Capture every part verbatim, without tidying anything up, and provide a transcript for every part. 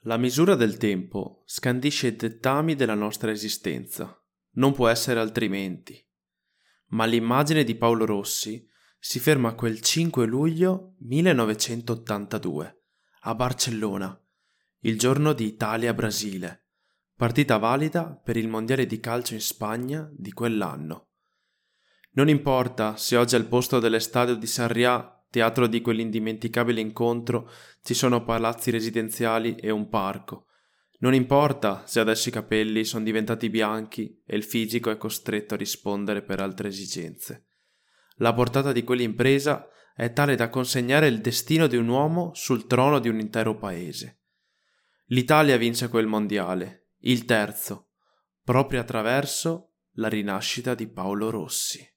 La misura del tempo scandisce i dettami della nostra esistenza. Non può essere altrimenti. Ma l'immagine di Paolo Rossi si ferma quel cinque luglio millenovecentottantadue, a Barcellona, il giorno di Italia-Brasile, partita valida per il mondiale di calcio in Spagna di quell'anno. Non importa se oggi al posto dell'estadio di Sarriá, teatro di quell'indimenticabile incontro, ci sono palazzi residenziali e un parco. Non importa se adesso i capelli sono diventati bianchi e il fisico è costretto a rispondere per altre esigenze. La portata di quell'impresa è tale da consegnare il destino di un uomo sul trono di un intero paese. L'Italia vince quel mondiale, il terzo, proprio attraverso la rinascita di Paolo Rossi.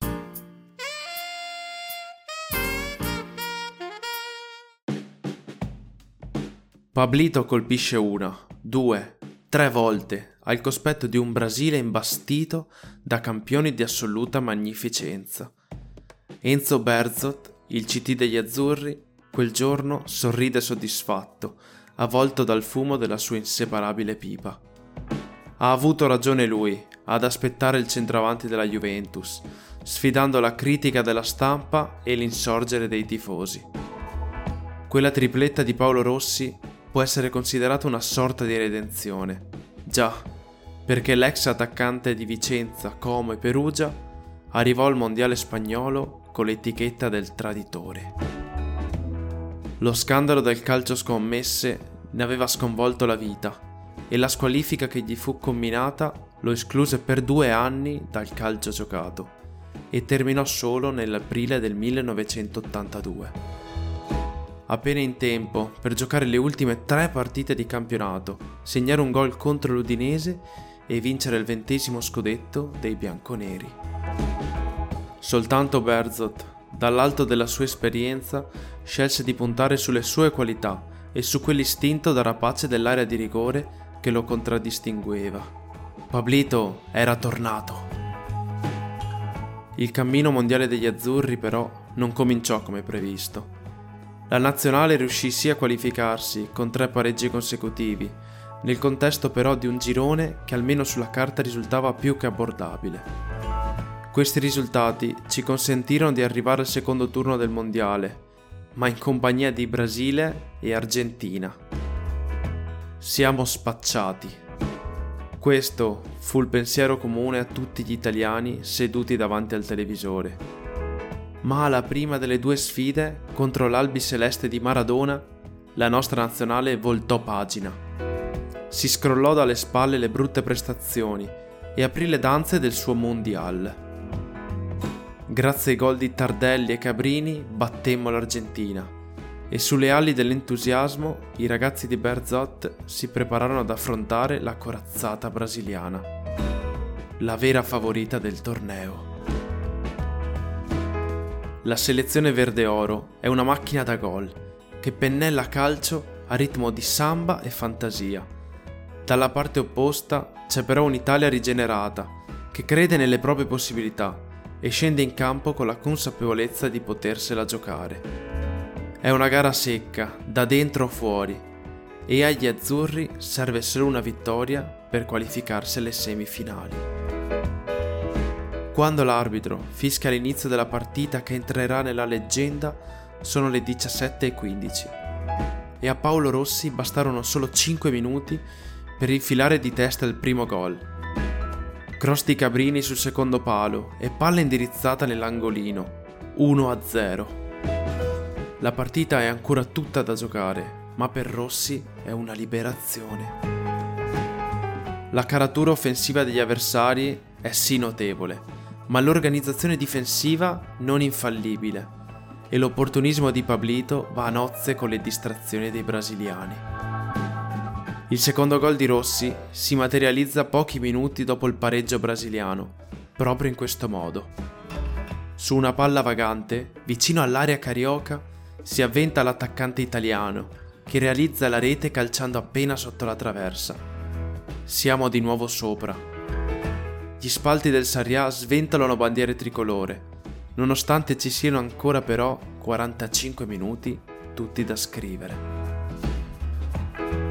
Pablito colpisce una, due, tre volte al cospetto di un Brasile imbastito da campioni di assoluta magnificenza. Enzo Berzot, il C T degli azzurri, quel giorno sorride soddisfatto, avvolto dal fumo della sua inseparabile pipa. Ha avuto ragione lui ad aspettare il centravanti della Juventus, sfidando la critica della stampa e l'insorgere dei tifosi. Quella tripletta di Paolo Rossi può essere considerata una sorta di redenzione. Già, perché l'ex attaccante di Vicenza, Como e Perugia arrivò al mondiale spagnolo con l'etichetta del traditore. Lo scandalo del calcio scommesse ne aveva sconvolto la vita e la squalifica che gli fu comminata lo escluse per due anni dal calcio giocato e terminò solo nell'aprile del millenovecentottantadue. Appena in tempo per giocare le ultime tre partite di campionato, segnare un gol contro l'Udinese e vincere il ventesimo scudetto dei bianconeri. Soltanto Berzot, dall'alto della sua esperienza, scelse di puntare sulle sue qualità e su quell'istinto da rapace dell'area di rigore che lo contraddistingueva. Pablito era tornato. Il cammino mondiale degli azzurri però non cominciò come previsto. La nazionale riuscì sì a qualificarsi con tre pareggi consecutivi, nel contesto però di un girone che almeno sulla carta risultava più che abbordabile. Questi risultati ci consentirono di arrivare al secondo turno del mondiale, ma in compagnia di Brasile e Argentina. Siamo spacciati. Questo fu il pensiero comune a tutti gli italiani seduti davanti al televisore. Ma alla prima delle due sfide contro l'albiceleste di Maradona, la nostra nazionale voltò pagina. Si scrollò dalle spalle le brutte prestazioni e aprì le danze del suo mondial. Grazie ai gol di Tardelli e Cabrini battemmo l'Argentina e sulle ali dell'entusiasmo i ragazzi di Berzot si prepararono ad affrontare la corazzata brasiliana, la vera favorita del torneo. La selezione verde-oro è una macchina da gol che pennella calcio a ritmo di samba e fantasia. Dalla parte opposta c'è però un'Italia rigenerata che crede nelle proprie possibilità e scende in campo con la consapevolezza di potersela giocare. È una gara secca, da dentro o fuori, e agli azzurri serve solo una vittoria per qualificarsi alle semifinali. Quando l'arbitro fischia l'inizio della partita che entrerà nella leggenda, sono le diciassette e quindici e a Paolo Rossi bastarono solo cinque minuti per infilare di testa il primo gol. Cross di Cabrini sul secondo palo e palla indirizzata nell'angolino, uno a zero. La partita è ancora tutta da giocare, ma per Rossi è una liberazione. La caratura offensiva degli avversari è sì notevole, ma l'organizzazione difensiva non infallibile e l'opportunismo di Pablito va a nozze con le distrazioni dei brasiliani. Il secondo gol di Rossi si materializza pochi minuti dopo il pareggio brasiliano, proprio in questo modo. Su una palla vagante, vicino all'area carioca, si avventa l'attaccante italiano, che realizza la rete calciando appena sotto la traversa. Siamo di nuovo sopra. Gli spalti del Sarriá sventolano bandiere tricolore, nonostante ci siano ancora però quarantacinque minuti tutti da scrivere.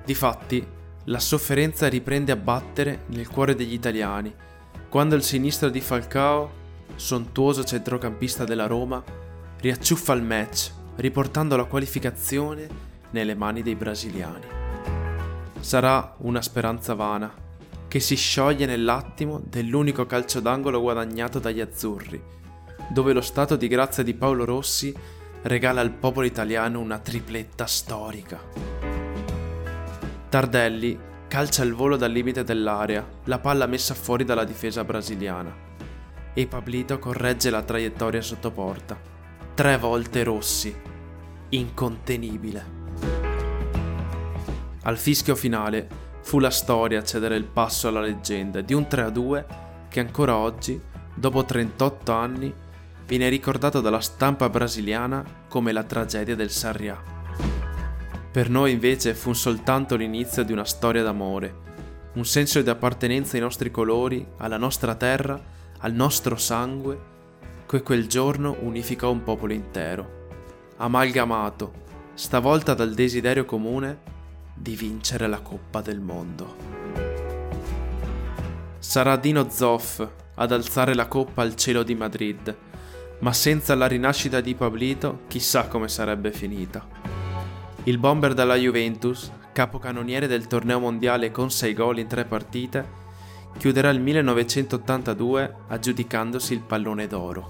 Difatti, la sofferenza riprende a battere nel cuore degli italiani quando il sinistro di Falcao, sontuoso centrocampista della Roma, riacciuffa il match, riportando la qualificazione nelle mani dei brasiliani. Sarà una speranza vana, che si scioglie nell'attimo dell'unico calcio d'angolo guadagnato dagli azzurri, dove lo stato di grazia di Paolo Rossi regala al popolo italiano una tripletta storica. Tardelli calcia il volo dal limite dell'area, la palla messa fuori dalla difesa brasiliana, e Pablito corregge la traiettoria sotto porta. Tre volte Rossi. Incontenibile. Al fischio finale fu la storia a cedere il passo alla leggenda di un tre a due che ancora oggi, dopo trentotto anni, viene ricordato dalla stampa brasiliana come la tragedia del Sarriá. Per noi invece fu soltanto l'inizio di una storia d'amore, un senso di appartenenza ai nostri colori, alla nostra terra, al nostro sangue, che quel giorno unificò un popolo intero, amalgamato, stavolta dal desiderio comune di vincere la Coppa del Mondo. Sarà Dino Zoff ad alzare la coppa al cielo di Madrid, ma senza la rinascita di Pablito chissà come sarebbe finita. Il bomber della Juventus, capocannoniere del torneo mondiale con sei gol in tre partite, chiuderà il millenovecentottantadue aggiudicandosi il pallone d'oro.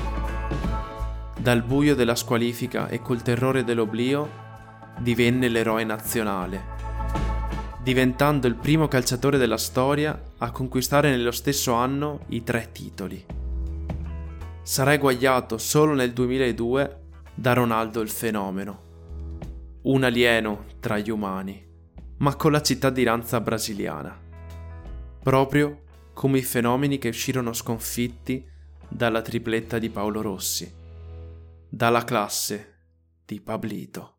Dal buio della squalifica e col terrore dell'oblio divenne l'eroe nazionale, diventando il primo calciatore della storia a conquistare nello stesso anno i tre titoli. Sarà eguagliato solo nel duemiladue da Ronaldo il fenomeno, un alieno tra gli umani, ma con la cittadinanza brasiliana, proprio come i fenomeni che uscirono sconfitti dalla tripletta di Paolo Rossi, dalla classe di Pablito.